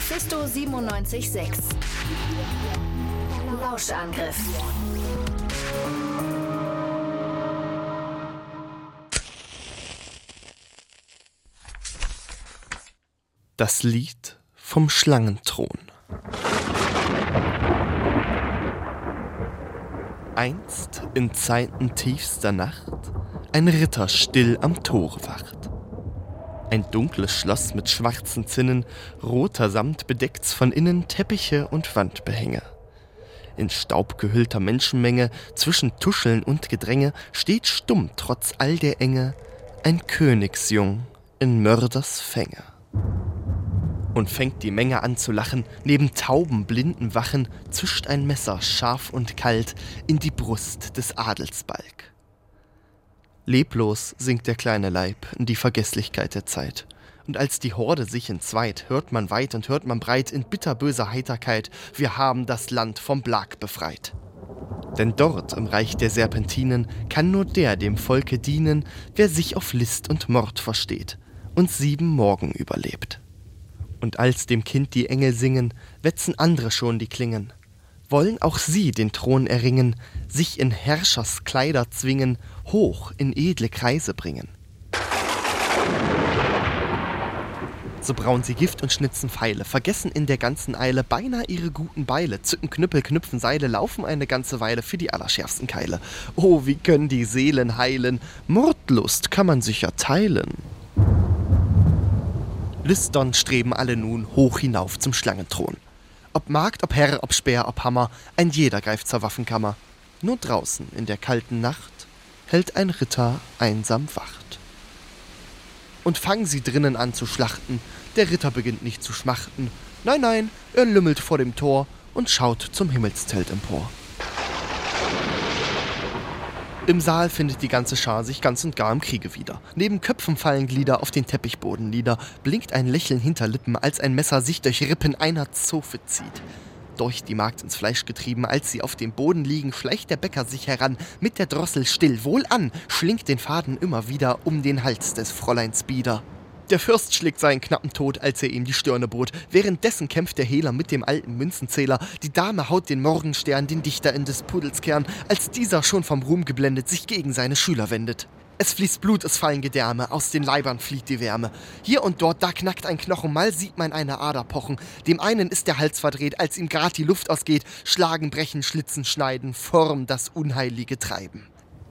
Mephisto 97.6 Lauschangriff. Das Lied vom Schlangenthron. Einst, in Zeiten tiefster Nacht, ein Ritter still am Tore wacht. Ein dunkles Schloss mit schwarzen Zinnen, roter Samt bedeckt's von innen Teppiche und Wandbehänge. In staubgehüllter Menschenmenge, zwischen Tuscheln und Gedränge, steht stumm trotz all der Enge ein Königsjung in Mörders Fänge. Und fängt die Menge an zu lachen, neben tauben, blinden Wachen zischt ein Messer scharf und kalt in die Brust des Adelsbalg. Leblos sinkt der kleine Leib in die Vergesslichkeit der Zeit. Und als die Horde sich entzweit, hört man weit und hört man breit in bitterböser Heiterkeit: Wir haben das Land vom Blag befreit. Denn dort im Reich der Serpentinen kann nur der dem Volke dienen, wer sich auf List und Mord versteht und 7 Morgen überlebt. Und als dem Kind die Engel singen, wetzen andere schon die Klingen. Wollen auch sie den Thron erringen, sich in Herrschers Kleider zwingen, hoch in edle Kreise bringen. So brauen sie Gift und schnitzen Pfeile, vergessen in der ganzen Eile beinahe ihre guten Beile, zücken Knüppel, knüpfen Seile, laufen eine ganze Weile für die allerschärfsten Keile. Oh, wie können die Seelen heilen, Mordlust kann man sicher teilen. Lüstern streben alle nun hoch hinauf zum Schlangenthron. Ob Magd, ob Herr, ob Speer, ob Hammer, ein jeder greift zur Waffenkammer. Nur draußen in der kalten Nacht hält ein Ritter einsam Wacht. Und fangen sie drinnen an zu schlachten, der Ritter beginnt nicht zu schmachten. Nein, nein, er lümmelt vor dem Tor und schaut zum Himmelszelt empor. Im Saal findet die ganze Schar sich ganz und gar im Kriege wieder. Neben Köpfen fallen Glieder auf den Teppichboden nieder, blinkt ein Lächeln hinter Lippen, als ein Messer sich durch Rippen einer Zofe zieht. Durch die Magd ins Fleisch getrieben, als sie auf dem Boden liegen, schleicht der Bäcker sich heran, mit der Drossel still, wohlan, schlingt den Faden immer wieder um den Hals des Fräuleins Bieder. Der Fürst schlägt seinen knappen Tod, als er ihm die Stirne bot. Währenddessen kämpft der Hehler mit dem alten Münzenzähler. Die Dame haut den Morgenstern, den Dichter in des Pudels Kern, als dieser schon vom Ruhm geblendet sich gegen seine Schüler wendet. Es fließt Blut, es fallen Gedärme, aus den Leibern flieht die Wärme. Hier und dort, da knackt ein Knochen, mal sieht man eine Ader pochen. Dem einen ist der Hals verdreht, als ihm grad die Luft ausgeht. Schlagen, brechen, schlitzen, schneiden, Form das unheilige Treiben.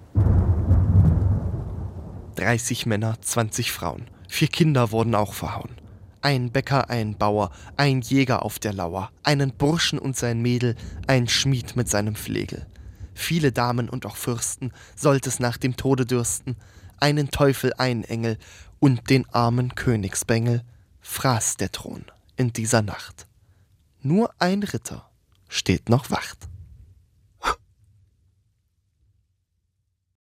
30 Männer, 20 Frauen. 4 Kinder wurden auch verhauen. Ein Bäcker, ein Bauer, ein Jäger auf der Lauer, einen Burschen und sein Mädel, ein Schmied mit seinem Flegel. Viele Damen und auch Fürsten sollt es nach dem Tode dürsten, einen Teufel, einen Engel und den armen Königsbengel fraß der Thron in dieser Nacht. Nur ein Ritter steht noch Wacht.